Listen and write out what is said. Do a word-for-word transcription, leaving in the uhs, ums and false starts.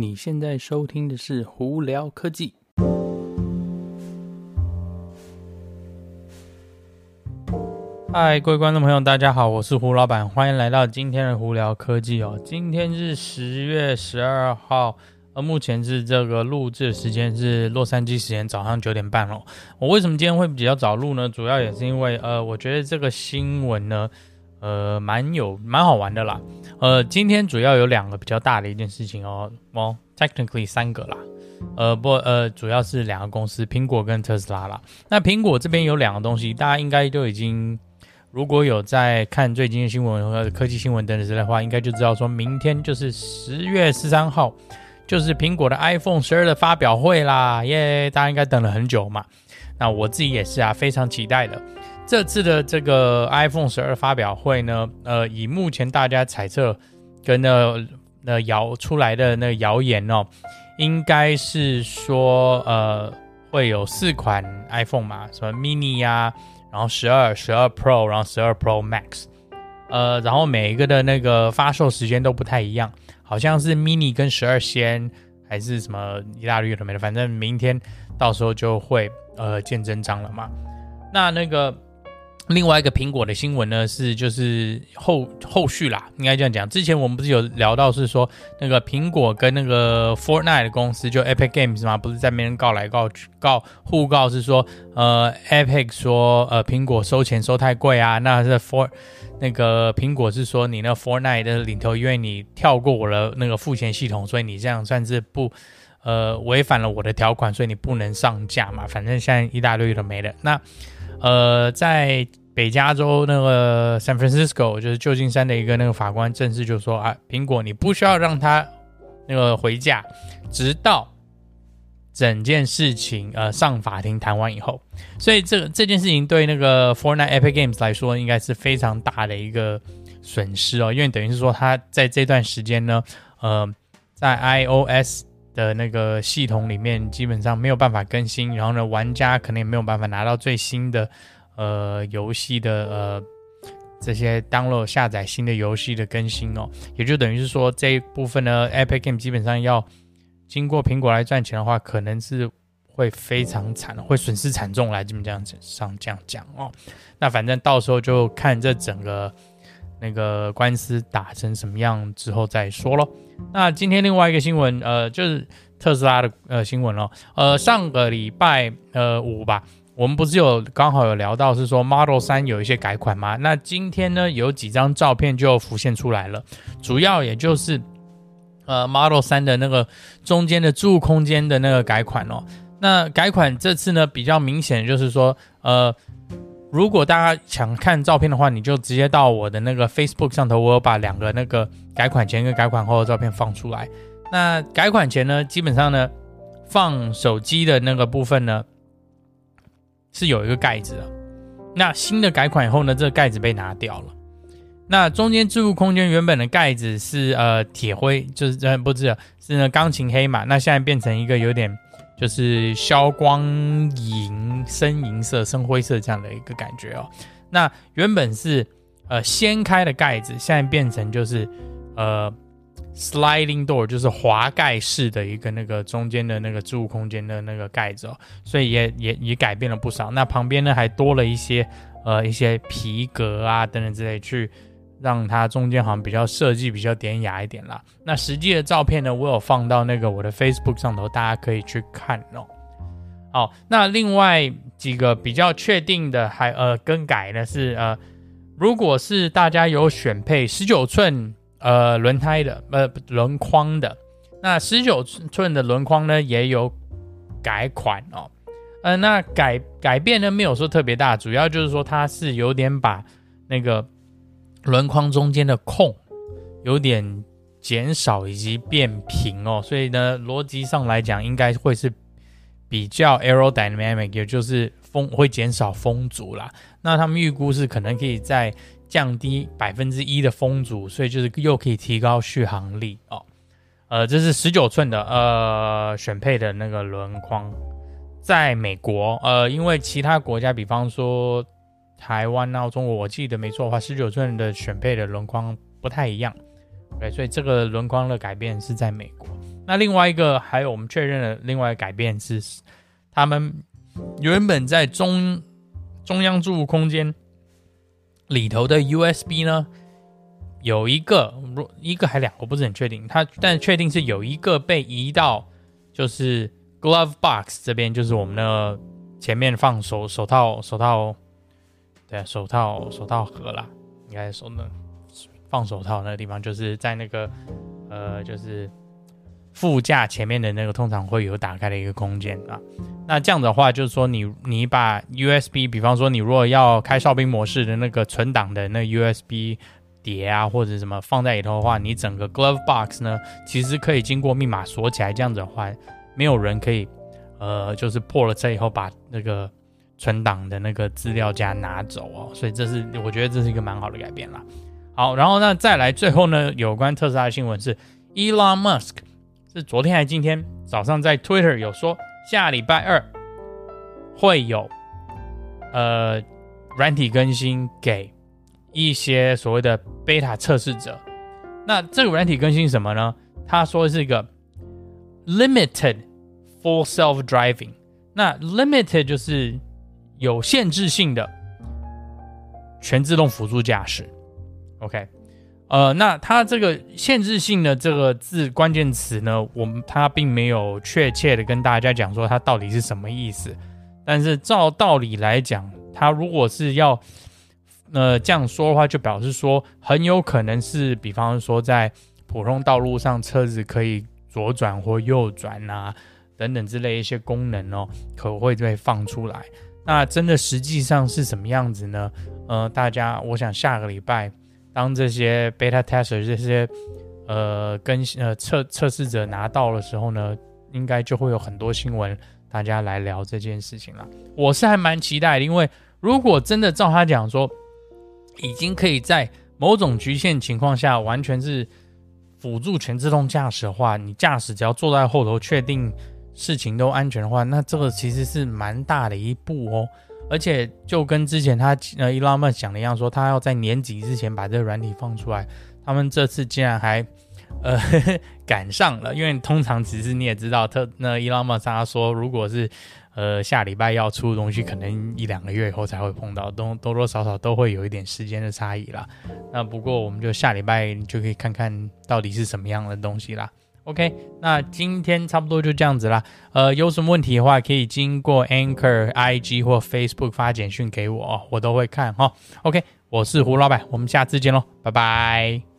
你现在收听的是胡聊科技。嗨，各位观众朋友，大家好，我是胡老板，欢迎来到今天的胡聊科技哦。今天是十月十二号，而目前是这个录制的时间是洛杉矶时间早上九点半哦。我为什么今天会比较早录呢？主要也是因为呃，我觉得这个新闻呢，呃，蛮有蛮好玩的啦。呃，今天主要有两个比较大的一件事情哦，哦 ，technically 三个啦。呃不呃，主要是两个公司，苹果跟特斯拉啦。那苹果这边有两个东西，大家应该都已经。如果有在看最近的新闻和科技新闻等等之类的话，应该就知道说明天就是十月十三号，就是苹果的 iPhone 十二的发表会啦，耶！大家应该等了很久嘛。那我自己也是啊，非常期待的。这次的这个 iPhone 十二发表会呢，呃，以目前大家猜测跟那那谣出来的那个谣言哦，应该是说呃会有四款 iPhone 嘛，什么 mini 呀、啊。然后十二、十二 Pro， 然后十二 Pro Max， 呃，然后每一个的那个发售时间都不太一样，好像是 mini 跟十二先，还是什么一大堆的没的，反正明天到时候就会呃见真章了嘛。那那个另外一个苹果的新闻呢，是就是后后续啦，应该这样讲。之前我们不是有聊到是说那个苹果跟那个 Fortnite 的公司就 Epic Games 嘛，不是在那边告来告去告互告是说呃 Epic 说呃苹果收钱收太贵啊，那是 For 那个苹果是说你那 Fortnite 的领头，因为你跳过我的那个付钱系统，所以你这样算是不呃违反了我的条款，所以你不能上架嘛。反正现在一大堆都没了。那呃，在北加州那个 San Francisco， 就是旧金山的一个那个法官正式就说啊，苹果你不需要让他那个回价，直到整件事情呃上法庭谈完以后。所以这这件事情对那个 Fortnite Epic Games 来说，应该是非常大的一个损失哦，因为等于是说他在这段时间呢，呃，在 iOS的那个系统里面基本上没有办法更新，然后呢，玩家可能也没有办法拿到最新的呃游戏的呃这些 download 下载新的游戏的更新哦，也就等于是说这一部分呢 Epic Game 基本上要经过苹果来赚钱的话，可能是会非常惨，会损失惨重来这么这样上这样讲哦。那反正到时候就看这整个那个官司打成什么样之后再说咯。那今天另外一个新闻，呃，就是特斯拉的呃新闻咯。呃，上个礼拜呃五吧，我们不是有刚好有聊到是说 Model 三有一些改款吗？那今天呢有几张照片就浮现出来了，主要也就是呃 Model 三的那个中间的置物空间的那个改款哦。那改款这次呢比较明显就是说呃。如果大家想看照片的话，你就直接到我的那个 Facebook 上头，我有把两个那个改款前跟改款后的照片放出来。那改款前呢，基本上呢，放手机的那个部分呢，是有一个盖子的。那新的改款以后呢，这个盖子被拿掉了。那中间置物空间原本的盖子是呃铁灰，就是呃不是是呢钢琴黑嘛，那现在变成一个有点。就是消光银、深银色、深灰色这样的一个感觉哦。那原本是呃掀开的盖子，现在变成就是呃 sliding door， 就是滑盖式的一个那个中间的那个置物空间的那个盖子哦，所以也也也改变了不少。那旁边呢还多了一些呃一些皮革啊等等之类去。让它中间好像比较设计比较典雅一点啦。那实际的照片呢，我有放到那个我的 Facebook 上头，大家可以去看哦。好，那另外几个比较确定的还呃更改呢是呃，如果是大家有选配十九寸呃轮胎的呃轮框的，那十九寸的轮框呢也有改款哦。呃，那改改变呢没有说特别大，主要就是说它是有点把那个。轮框中间的空有点减少以及变平哦，所以呢，逻辑上来讲应该会是比较 aerodynamic， 也就是风会减少风阻啦。那他们预估是可能可以再降低百分之一的风阻，所以就是又可以提高续航力哦。呃，这是十九寸的呃选配的那个轮框，在美国呃，因为其他国家，比方说。台湾啊，中国，我记得没错的话，十九寸的选配的轮框不太一样，对，所以这个轮框的改变是在美国。 那另外一个还有我们确认的另外一个改变是，他们原本在中中央置物空间里头的 U S B 呢，有一个一个还两个我不是很确定，它但确定是有一个被移到就是 glove box 这边，就是我们的前面放手手套手套对手套手套盒啦，应该是手呢放手套那个地方，就是在那个呃就是副驾前面的那个通常会有打开的一个空间啊。那这样的话就是说你你把 U S B 比方说你如果要开哨兵模式的那个存档的那个 U S B 碟啊或者什么放在里头的话，你整个 glove box 呢其实可以经过密码锁起来，这样子的话没有人可以呃就是破了车以后把那个存档的那个资料夹拿走哦，所以这是我觉得这是一个蛮好的改变啦。好，然后呢再来最后呢有关特斯拉的新闻是 Elon Musk 是昨天还是今天早上在 Twitter 有说下礼拜二会有呃软体更新给一些所谓的 beta 测试者。那这个软体更新是什么呢？他说是一个 limited full self driving。那 limited 就是有限制性的全自动辅助驾驶。OK。呃，那它这个限制性的这个字关键词呢，我们它并没有确切的跟大家讲说它到底是什么意思。但是照道理来讲，它如果是要呃这样说的话，就表示说很有可能是，比方说在普通道路上车子可以左转或右转啊等等之类一些功能哦，可会被放出来。那真的实际上是什么样子呢？呃，大家我想下个礼拜。当这些 beta tester 这些呃跟呃测测试者拿到的时候呢，应该就会有很多新闻大家来聊这件事情了。我是还蛮期待的，因为如果真的照他讲说，已经可以在某种局限情况下完全是辅助全自动驾驶的话，你驾驶只要坐在后头，确定事情都安全的话，那这个其实是蛮大的一步哦。而且就跟之前他呃 Elon Musk 讲的一样，说他要在年底之前把这个软体放出来，他们这次竟然还呃呵呵赶上了。因为通常其实你也知道，特那 Elon Musk 他说，如果是呃下礼拜要出的东西，可能一两个月以后才会碰到，多多多少少都会有一点时间的差异啦。那不过我们就下礼拜就可以看看到底是什么样的东西啦。OK， 那今天差不多就这样子啦。呃，有什么问题的话，可以经过 Anchor、I G 或 Facebook 发简讯给我，我都会看哈。OK， 我是胡老板，我们下次见咯，拜拜。